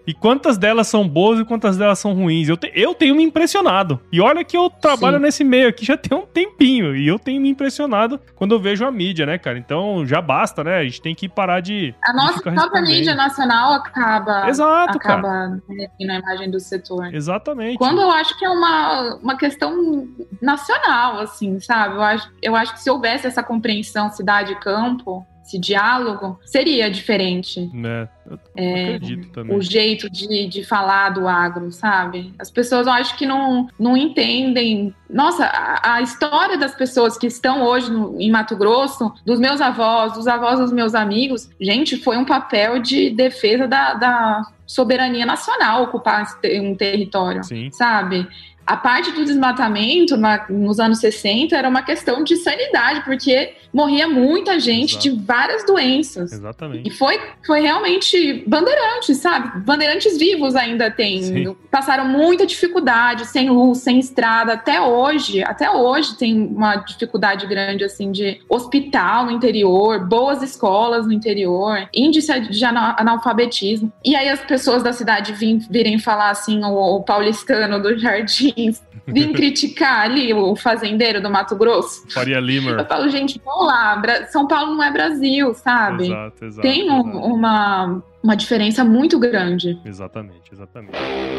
E quantas delas são boas e quantas delas são ruins. Eu, te, eu tenho me impressionado. E olha que eu trabalho Sim. nesse meio aqui já tem um tempinho. E eu tenho me impressionado quando eu vejo a mídia, né, cara? Então já basta, né? A gente tem que parar de. A nossa própria mídia nacional acaba. Exato, acaba cara. na imagem do setor. Exatamente. Quando eu acho que é uma, uma questão nacional, assim, sabe? Eu acho, eu acho que se houvesse essa compreensão cidade e campo, esse diálogo, seria diferente. É, eu é, acredito também. O jeito de, de falar do agro, sabe? As pessoas, eu acho que não, não entendem. Nossa, a, a história das pessoas que estão hoje no, em Mato Grosso, dos meus avós, dos avós dos meus amigos, gente, foi um papel de defesa da, da soberania nacional ocupar um território, Sim. sabe? A parte do desmatamento, na, nos anos sessenta, era uma questão de sanidade, porque morria muita gente Exato. de várias doenças. Exatamente. E foi, foi realmente bandeirantes, sabe? Bandeirantes vivos ainda tem. Sim. Passaram muita dificuldade, sem luz, sem estrada. Até hoje, até hoje tem uma dificuldade grande, assim, de hospital no interior, boas escolas no interior, índice de analfabetismo. E aí as pessoas da cidade vim, virem falar, assim, o, o paulistano do Jardim, vim criticar ali o fazendeiro do Mato Grosso. Faria Lima. Eu falo, gente, vamos lá, São Paulo não é Brasil, sabe? Exato, exato. Tem um, exato. Uma, uma diferença muito grande. Exatamente, exatamente.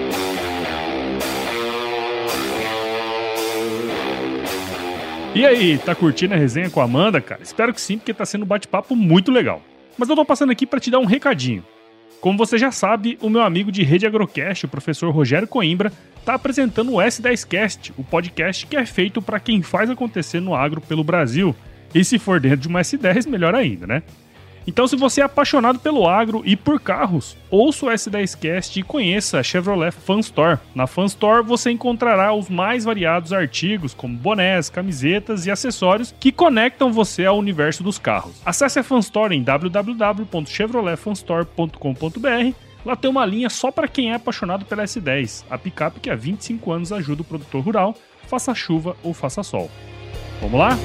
E aí, tá curtindo a resenha com a Amanda, cara? Espero que sim, porque tá sendo um bate-papo muito legal. Mas eu tô passando aqui pra te dar um recadinho. Como você já sabe, o meu amigo de Rede Agrocast, o professor Rogério Coimbra, está apresentando o S dez Cast, o podcast que é feito para quem faz acontecer no agro pelo Brasil. E se for dentro de uma S dez, melhor ainda, né? Então, se você é apaixonado pelo agro e por carros, ouça o S dez Cast e conheça a Chevrolet Fan Store. Na Fan Store você encontrará os mais variados artigos, como bonés, camisetas e acessórios que conectam você ao universo dos carros. Acesse a Fan Store em w w w ponto chevrolet fan store ponto com ponto b r. Lá tem uma linha só para quem é apaixonado pela S dez, a picape que há vinte e cinco anos ajuda o produtor rural, faça chuva ou faça sol. Vamos lá?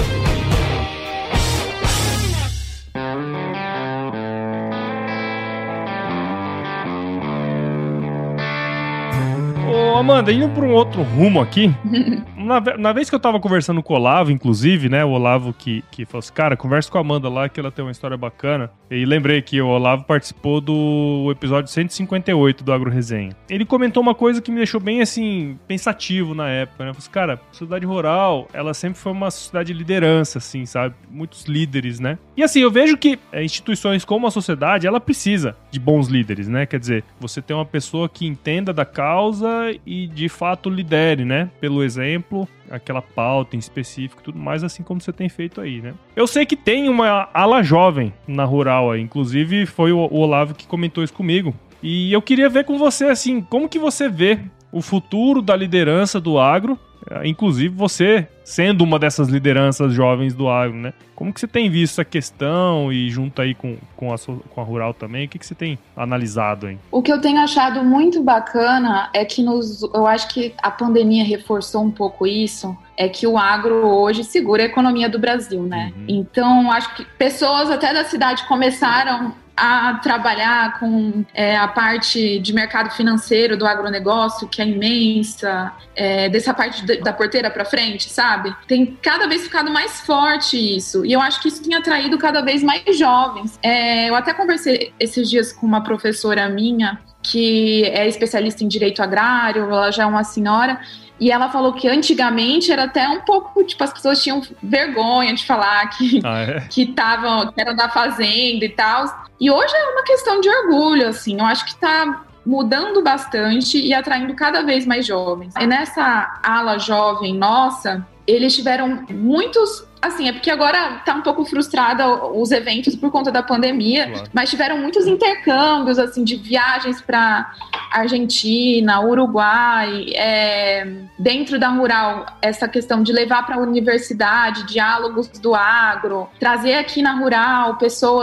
Ô, Amanda, indo para um outro rumo aqui, na, na vez que eu tava conversando com o Olavo, inclusive, né, o Olavo que, que falou assim, cara, conversa com a Amanda lá que ela tem uma história bacana, e lembrei que o Olavo participou do episódio cento e cinquenta e oito do Agro Resenha. Ele comentou uma coisa que me deixou bem, assim, pensativo na época, né, falou assim, cara, a sociedade rural, ela sempre foi uma sociedade de liderança, assim, sabe, muitos líderes, né, e assim, eu vejo que é, instituições como a sociedade, ela precisa de bons líderes, né, quer dizer, você tem uma pessoa que entenda da causa e de fato lidere, né? Pelo exemplo, aquela pauta em específico e tudo mais, assim como você tem feito aí, né? Eu sei que tem uma ala jovem na rural aí, inclusive foi o Olavo que comentou isso comigo. E eu queria ver com você, assim, como que você vê o futuro da liderança do agro, inclusive você sendo uma dessas lideranças jovens do agro, né? Como que você tem visto essa questão e junto aí com, com, a, com a rural também, o que, que você tem analisado aí? O que eu tenho achado muito bacana é que nos, eu acho que a pandemia reforçou um pouco isso, é que o agro hoje segura a economia do Brasil, né? Uhum. Então, acho que pessoas até da cidade começaram a trabalhar com é, a parte de mercado financeiro do agronegócio, que é imensa, é, dessa parte de, da porteira para frente, sabe? Tem cada vez ficado mais forte isso, e eu acho que isso tem atraído cada vez mais jovens. É, eu até conversei esses dias com uma professora minha, que é especialista em direito agrário, ela já é uma senhora, e ela falou que antigamente era até um pouco, tipo, as pessoas tinham vergonha de falar que ah, é? que, tavam, que eram da fazenda e tal. E hoje é uma questão de orgulho, assim. Eu acho que tá mudando bastante e atraindo cada vez mais jovens. E nessa ala jovem nossa, eles tiveram muitos... Assim, é porque agora tá um pouco frustrada os eventos por conta da pandemia, claro. Mas tiveram muitos intercâmbios, assim, de viagens para Argentina, Uruguai, é, dentro da rural, essa questão de levar para a universidade diálogos do agro, trazer aqui na rural pessoas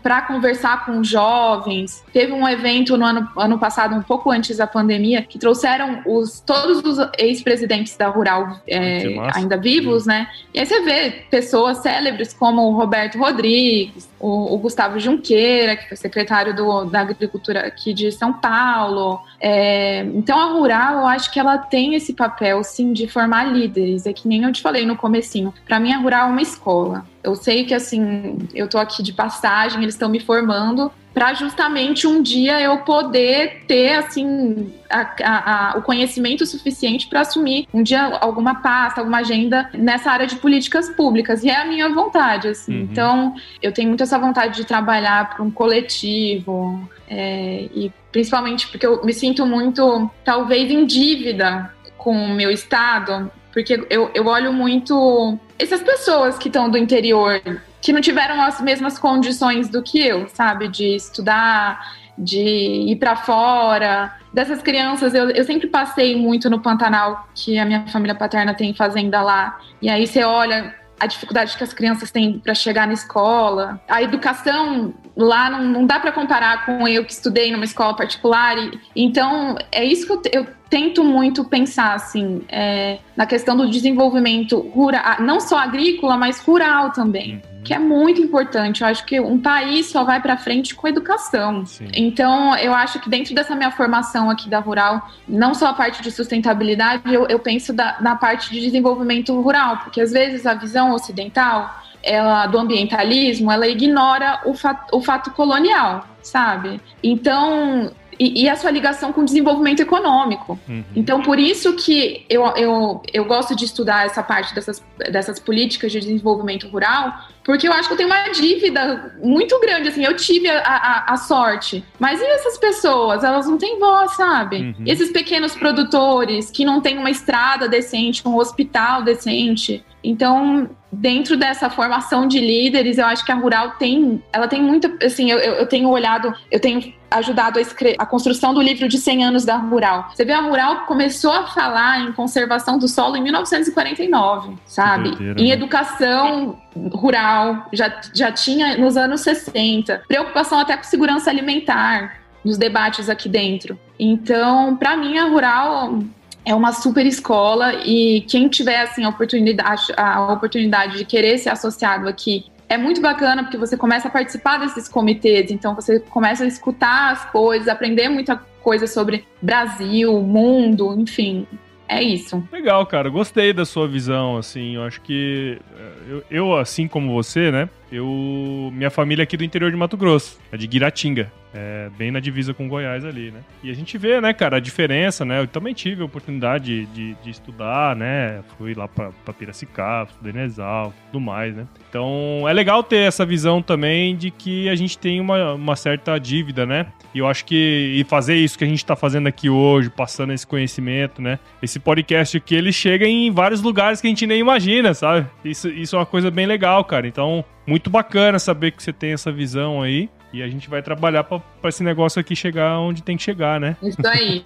para conversar com jovens. Teve um evento no ano, ano passado, um pouco antes da pandemia, que trouxeram os, todos os ex-presidentes da Rural é, ainda vivos, né? E aí você vê pessoas célebres como o Roberto Rodrigues, o, o Gustavo Junqueira, que foi secretário do, da Agricultura aqui de São Paulo. É, então a Rural, eu acho que ela tem esse papel, sim, de formar líderes. É que nem eu te falei no comecinho. Para mim, a Rural é uma escola. Eu sei que, assim, eu tô aqui de passagem, eles estão me formando para justamente um dia eu poder ter, assim, a, a, a, o conhecimento suficiente para assumir um dia alguma pasta, alguma agenda nessa área de políticas públicas. E é a minha vontade, assim. Uhum. Então, eu tenho muito essa vontade de trabalhar para um coletivo, é, e principalmente porque eu me sinto muito, talvez, em dívida com o meu estado, porque eu, eu olho muito essas pessoas que estão do interior, que não tiveram as mesmas condições do que eu, sabe? De estudar, de ir para fora. Dessas crianças, eu, eu sempre passei muito no Pantanal, que a minha família paterna tem fazenda lá. E aí você olha a dificuldade que as crianças têm para chegar na escola. A educação lá não, não dá para comparar com eu que estudei numa escola particular. E, então, é isso que eu, eu tento muito pensar, assim, é, na questão do desenvolvimento rural, não só agrícola, mas rural também, uhum. que é muito importante. Eu acho que um país só vai para frente com educação. Sim. Então, eu acho que dentro dessa minha formação aqui da Rural, não só a parte de sustentabilidade, eu, eu penso da, na parte de desenvolvimento rural, porque às vezes a visão ocidental, ela, do ambientalismo, ela ignora o fato, o fato colonial, sabe? Então, e, e a sua ligação com o desenvolvimento econômico. Uhum. Então, por isso que eu, eu, eu gosto de estudar essa parte dessas, dessas políticas de desenvolvimento rural, porque eu acho que eu tenho uma dívida muito grande, assim, eu tive a, a, a sorte, mas e essas pessoas? Elas não têm voz, sabe? Uhum. Esses pequenos produtores que não têm uma estrada decente, um hospital decente. Então, dentro dessa formação de líderes, eu acho que a Rural tem, ela tem muito, assim, eu, eu tenho olhado, eu tenho ajudado a, escrever, a construção do livro de cem anos da Rural. Você vê, a Rural começou a falar em conservação do solo em mil novecentos e quarenta e nove, sabe? Doideira, em né? Educação rural, já, já tinha nos anos sessenta, preocupação até com segurança alimentar, nos debates aqui dentro. Então, para mim, a Rural é uma super escola, e quem tiver, assim, a oportunidade, a oportunidade de querer ser associado aqui, é muito bacana, porque você começa a participar desses comitês, então você começa a escutar as coisas, aprender muita coisa sobre Brasil, mundo, enfim, é isso. Legal, cara, gostei da sua visão, assim, eu acho que eu, eu assim como você, né, eu, minha família é aqui do interior de Mato Grosso, é de Guiratinga. É, bem na divisa com Goiás ali, né? E a gente vê, né, cara, a diferença, né? Eu também tive a oportunidade de, de, de estudar, né? Fui lá pra, pra Piracicaba, estudei na Exalc, tudo mais, né? Então, é legal ter essa visão também de que a gente tem uma, uma certa dívida, né? E eu acho que e fazer isso que a gente tá fazendo aqui hoje, passando esse conhecimento, né? Esse podcast aqui, ele chega em vários lugares que a gente nem imagina, sabe? Isso, isso é uma coisa bem legal, cara. Então, muito bacana saber que você tem essa visão aí. E a gente vai trabalhar pra, pra esse negócio aqui chegar onde tem que chegar, né? Isso aí.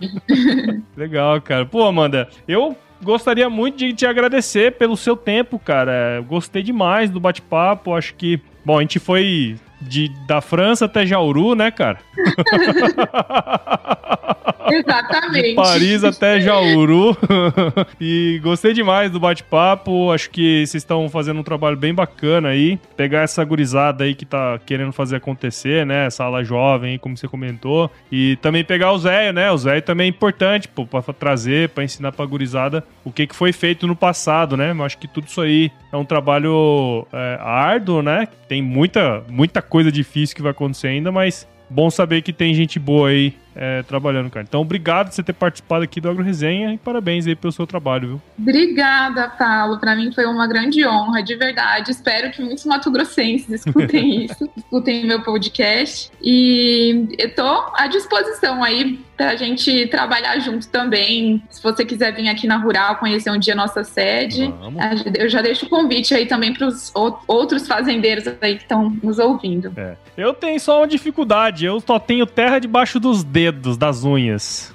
Legal, cara. Pô, Amanda, eu gostaria muito de te agradecer pelo seu tempo, cara. Gostei demais do bate-papo. Acho que, bom, a gente foi de, da França até Jauru, né, cara? Exatamente. De Paris até Jauru. E gostei demais do bate-papo. Acho que vocês estão fazendo um trabalho bem bacana aí. Pegar essa gurizada aí que tá querendo fazer acontecer, né? Essa ala jovem, como você comentou. E também pegar o Zé, né? O Zé também é importante, pô, pra trazer, pra ensinar pra gurizada o que, que foi feito no passado, né? Eu acho que tudo isso aí é um trabalho é, árduo, né? Tem muita, muita coisa difícil que vai acontecer ainda, mas bom saber que tem gente boa aí é, trabalhando, cara. Então, obrigado por você ter participado aqui do Agro Resenha e parabéns aí pelo seu trabalho, viu? Obrigada, Paulo. Para mim foi uma grande honra, de verdade. Espero que muitos mato-grossenses escutem isso, escutem meu podcast. E eu tô à disposição aí pra gente trabalhar junto também. Se você quiser vir aqui na Rural, conhecer um dia a nossa sede, Vamos. eu já deixo o convite aí também pros outros fazendeiros aí que estão nos ouvindo. É. Eu tenho só uma dificuldade, eu só tenho terra debaixo dos dedos, das unhas.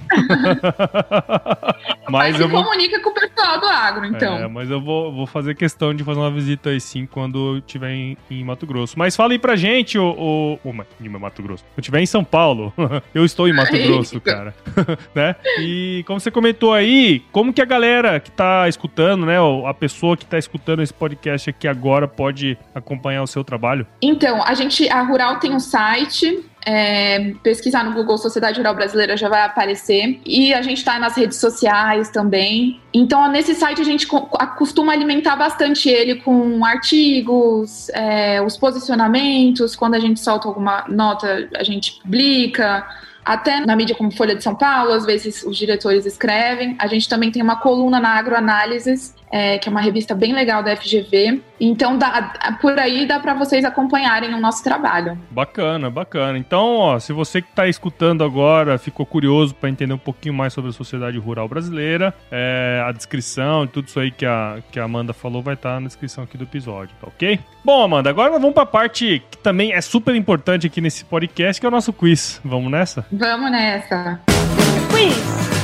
mas mas se eu vou... comunica com o pessoal do agro, então. É, mas eu vou, vou fazer questão de fazer uma visita aí sim quando eu estiver em, em Mato Grosso. Mas fala aí pra gente, o, o, o Mato Grosso. Quando eu estiver em São Paulo, eu estou em Mato Grosso, cara. Né? E como você comentou aí, como que a galera que tá escutando, né, a pessoa que tá escutando esse podcast aqui agora pode acompanhar o seu trabalho? Então, a gente, a Rural tem um site, é, pesquisar no Google Sociedade Rural Brasileira já vai aparecer, e a gente está nas redes sociais também. Então, nesse site a gente co- costuma alimentar bastante ele com artigos, é, os posicionamentos, quando a gente solta alguma nota a gente publica, até na mídia como Folha de São Paulo, às vezes os diretores escrevem. A gente também tem uma coluna na Agroanálises, é, que é uma revista bem legal da F G V. Então, dá, por aí dá para vocês acompanharem o nosso trabalho. Bacana, bacana. Então, ó, se você que está escutando agora ficou curioso para entender um pouquinho mais sobre a sociedade rural brasileira, é, a descrição e tudo isso aí que a, que a Amanda falou vai estar na descrição aqui do episódio, tá ok? Bom, Amanda, agora nós vamos para a parte que também é super importante aqui nesse podcast, que é o nosso quiz. Vamos nessa? Vamos nessa. Quiz.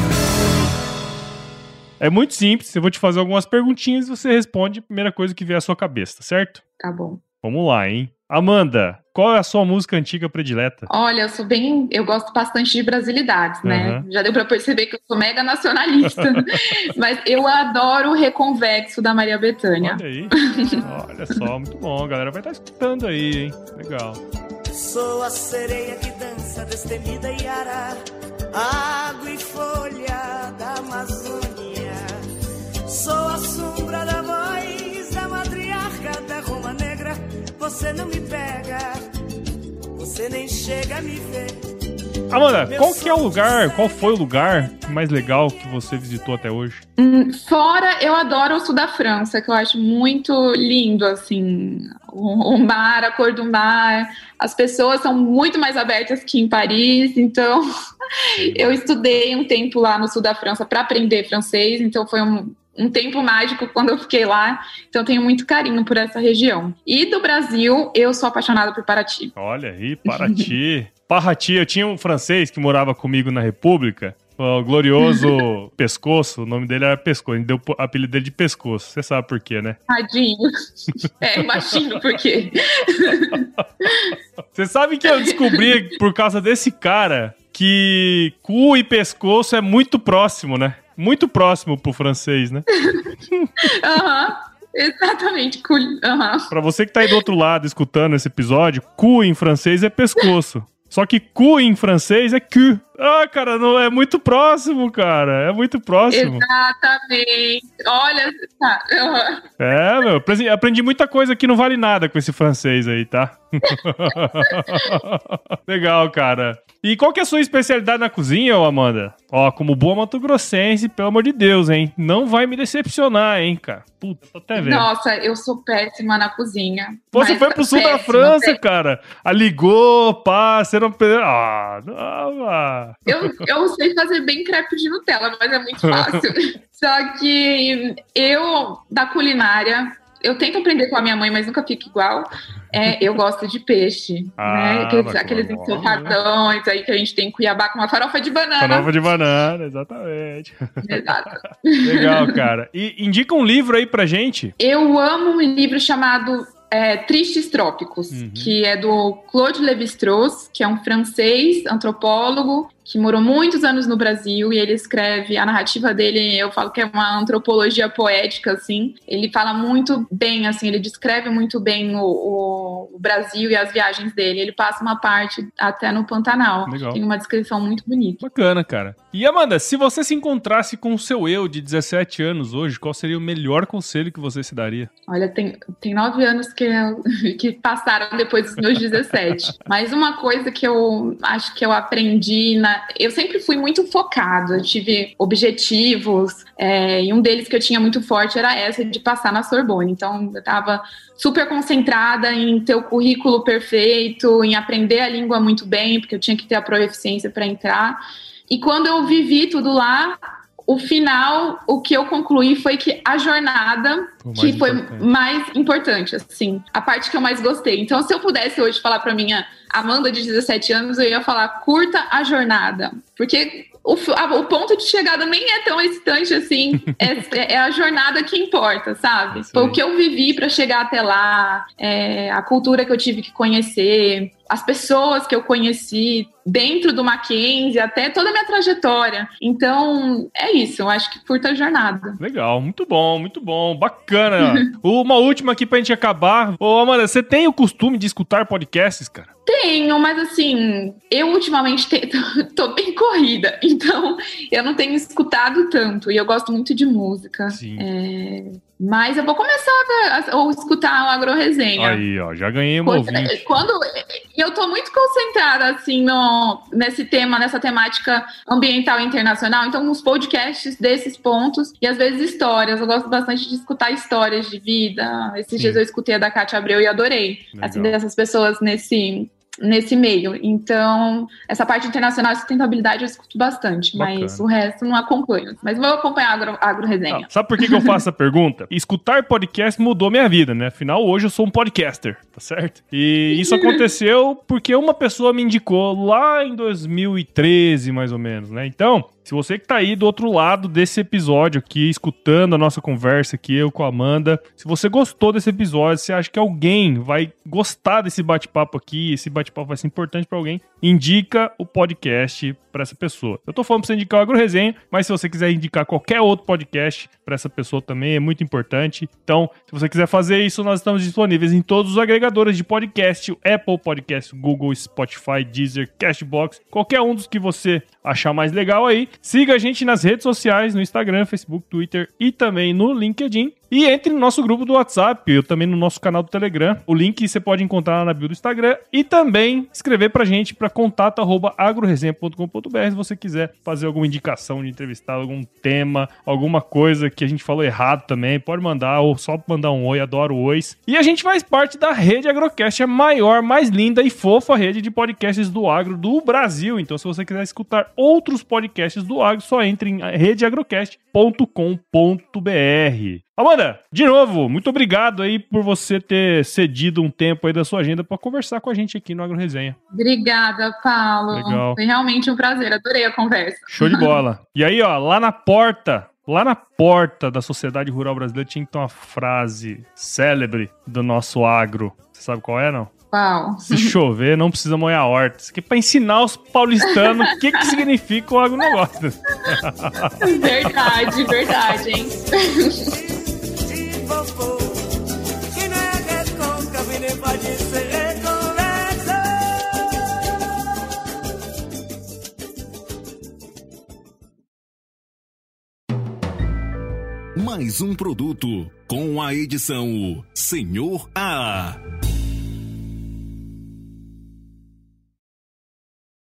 É muito simples, eu vou te fazer algumas perguntinhas e você responde a primeira coisa que vier à sua cabeça, certo? Tá bom. Vamos lá, hein? Amanda, qual é a sua música antiga predileta? Olha, eu sou bem... Eu gosto bastante de brasilidades, né? Uhum. Já deu pra perceber que eu sou mega nacionalista. Mas eu adoro o Reconvexo da Maria Bethânia. Olha aí. Olha só, muito bom. A galera vai estar escutando aí, hein? Legal. Sou a sereia que dança destemida e ará, água e folha da Amazônia. Sou a sombra da voz da matriarca da Roma Negra. Você não me pega, você nem chega a me ver. Amanda, qual que é o lugar, qual foi o lugar mais legal que você visitou até hoje? Hum, fora, eu adoro o sul da França, que eu acho muito lindo, assim, o, o mar, a cor do mar. As pessoas são muito mais abertas que em Paris, então eu estudei um tempo lá no sul da França para aprender francês, então foi um, um tempo mágico quando eu fiquei lá, então eu tenho muito carinho por essa região. E do Brasil, eu sou apaixonada por Paraty. Olha aí, Paraty. Paraty, eu tinha um francês que morava comigo na República, o glorioso Pescoço, o nome dele era Pescoço, a gente deu o apelido dele de Pescoço, você sabe por quê, né? Tadinho. É, imagino por quê. Você sabe que eu descobri por causa desse cara que cu e pescoço é muito próximo, né? Muito próximo pro francês, né? Aham. Uhum. Exatamente. Uhum. Pra você que tá aí do outro lado escutando esse episódio, cu em francês é pescoço. Só que cu em francês é cul. Ah, cara, não, é muito próximo, cara. É muito próximo. Exatamente. Olha, tá. Uhum. É, meu, aprendi, aprendi muita coisa que não vale nada com esse francês aí, tá? Legal, cara. E qual que é a sua especialidade na cozinha, ô Amanda? Ó, como boa mato-grossense, pelo amor de Deus, hein? Não vai me decepcionar, hein, cara? Puta, tô até vendo. Nossa, eu sou péssima na cozinha. Você foi pro sul péssima, da França, péssima. Cara. A ligou, pá, você não... Ah, não, ah. Eu, eu sei fazer bem crepe de Nutella, mas é muito fácil. Só que eu, da culinária, eu tento aprender com a minha mãe, mas nunca fica igual. É, eu gosto de peixe, ah, né? Aqueles, aqueles ensopadões aí que a gente tem em Cuiabá com uma farofa de banana. Farofa de banana, exatamente. Exato. Legal, cara. E indica um livro aí pra gente. Eu amo um livro chamado é, Tristes Trópicos, uhum. que é do Claude Lévi-Strauss, que é um francês, antropólogo, que morou muitos anos no Brasil, e ele escreve, a narrativa dele, eu falo que é uma antropologia poética, assim, ele fala muito bem, assim, ele descreve muito bem o, o, o Brasil e as viagens dele, ele passa uma parte até no Pantanal. Legal. Tem uma descrição muito bonita. Bacana, cara. E Amanda, se você se encontrasse com o seu eu de dezessete anos hoje, qual seria o melhor conselho que você se daria? Olha, tem, tem nove anos que, eu, que passaram depois dos meus dezessete, mas uma coisa que eu acho que eu aprendi na eu sempre fui muito focado, eu tive objetivos, é, e um deles que eu tinha muito forte era essa de passar na Sorbonne. Então, eu estava super concentrada em ter o currículo perfeito, em aprender a língua muito bem, porque eu tinha que ter a proeficiência para entrar. E quando eu vivi tudo lá, o final, o que eu concluí foi que a jornada que foi mais importante, assim, a parte que eu mais gostei. Então, se eu pudesse hoje falar para minha Amanda de dezessete anos, eu ia falar, curta a jornada, porque o, a, o ponto de chegada nem é tão excitante assim, é, é a jornada que importa, sabe? Foi o que eu vivi para chegar até lá, é, a cultura que eu tive que conhecer, as pessoas que eu conheci dentro do Mackenzie, até toda a minha trajetória. Então, é isso, eu acho que curta a jornada. Legal, muito bom, muito bom, bacana. Uma última aqui pra gente acabar. Ô, Amanda, você tem o costume de escutar podcasts, cara? Tenho, mas assim, eu ultimamente te, tô, tô bem corrida, então eu não tenho escutado tanto, e eu gosto muito de música. Sim. É, mas eu vou começar a, a, a escutar o Agroresenha. Aí, ó, já ganhei uma ouvinte. Quando eu tô muito concentrada, assim, no, nesse tema, nessa temática ambiental e internacional, então uns podcasts desses pontos, e às vezes histórias, eu gosto bastante de escutar histórias de vida. Esses Sim. dias eu escutei a da Cátia Abreu e adorei, Legal. assim, dessas pessoas nesse... nesse meio. Então, essa parte internacional de sustentabilidade eu escuto bastante, Bacana. mas o resto não acompanho. Mas vou acompanhar a agro, agro-resenha. Ah, sabe por que, que eu faço essa pergunta? Escutar podcast mudou minha vida, né? Afinal, hoje eu sou um podcaster, tá certo? E isso aconteceu porque uma pessoa me indicou lá em dois mil e treze, mais ou menos, né? Então, se você que tá aí do outro lado desse episódio aqui, escutando a nossa conversa aqui, eu com a Amanda, se você gostou desse episódio, se acha que alguém vai gostar desse bate-papo aqui, esse bate-papo vai ser importante pra alguém, indica o podcast pra essa pessoa. Eu tô falando pra você indicar o Agroresenha, mas se você quiser indicar qualquer outro podcast pra essa pessoa também, é muito importante. Então, se você quiser fazer isso, nós estamos disponíveis em todos os agregadores de podcast, o Apple Podcast, Google, Spotify, Deezer, Castbox, qualquer um dos que você achar mais legal aí. Siga a gente nas redes sociais, no Instagram, Facebook, Twitter e também no LinkedIn. E entre no nosso grupo do WhatsApp, ou também no nosso canal do Telegram. O link você pode encontrar na bio do Instagram. E também escrever pra gente para contato arroba agroresenha ponto com ponto b r se você quiser fazer alguma indicação de entrevistado, algum tema, alguma coisa que a gente falou errado também. Pode mandar, ou só mandar um oi, adoro ois. E a gente faz parte da Rede Agrocast, a maior, mais linda e fofa rede de podcasts do agro do Brasil. Então, se você quiser escutar outros podcasts do agro, só entre em rede agrocast ponto com ponto b r. Amanda, de novo, muito obrigado aí por você ter cedido um tempo aí da sua agenda para conversar com a gente aqui no Agroresenha. Obrigada, Paulo. Legal. Foi realmente um prazer, adorei a conversa. Show de bola. E aí, ó, lá na porta, lá na porta da Sociedade Rural Brasileira tinha que ter uma frase célebre do nosso agro. Você sabe qual é, não? Uau. Se chover, não precisa molhar a horta. Isso aqui é pra ensinar os paulistanos o que, que significa o agronegócio. Verdade, verdade, hein? Mais um produto com a edição Senhor A.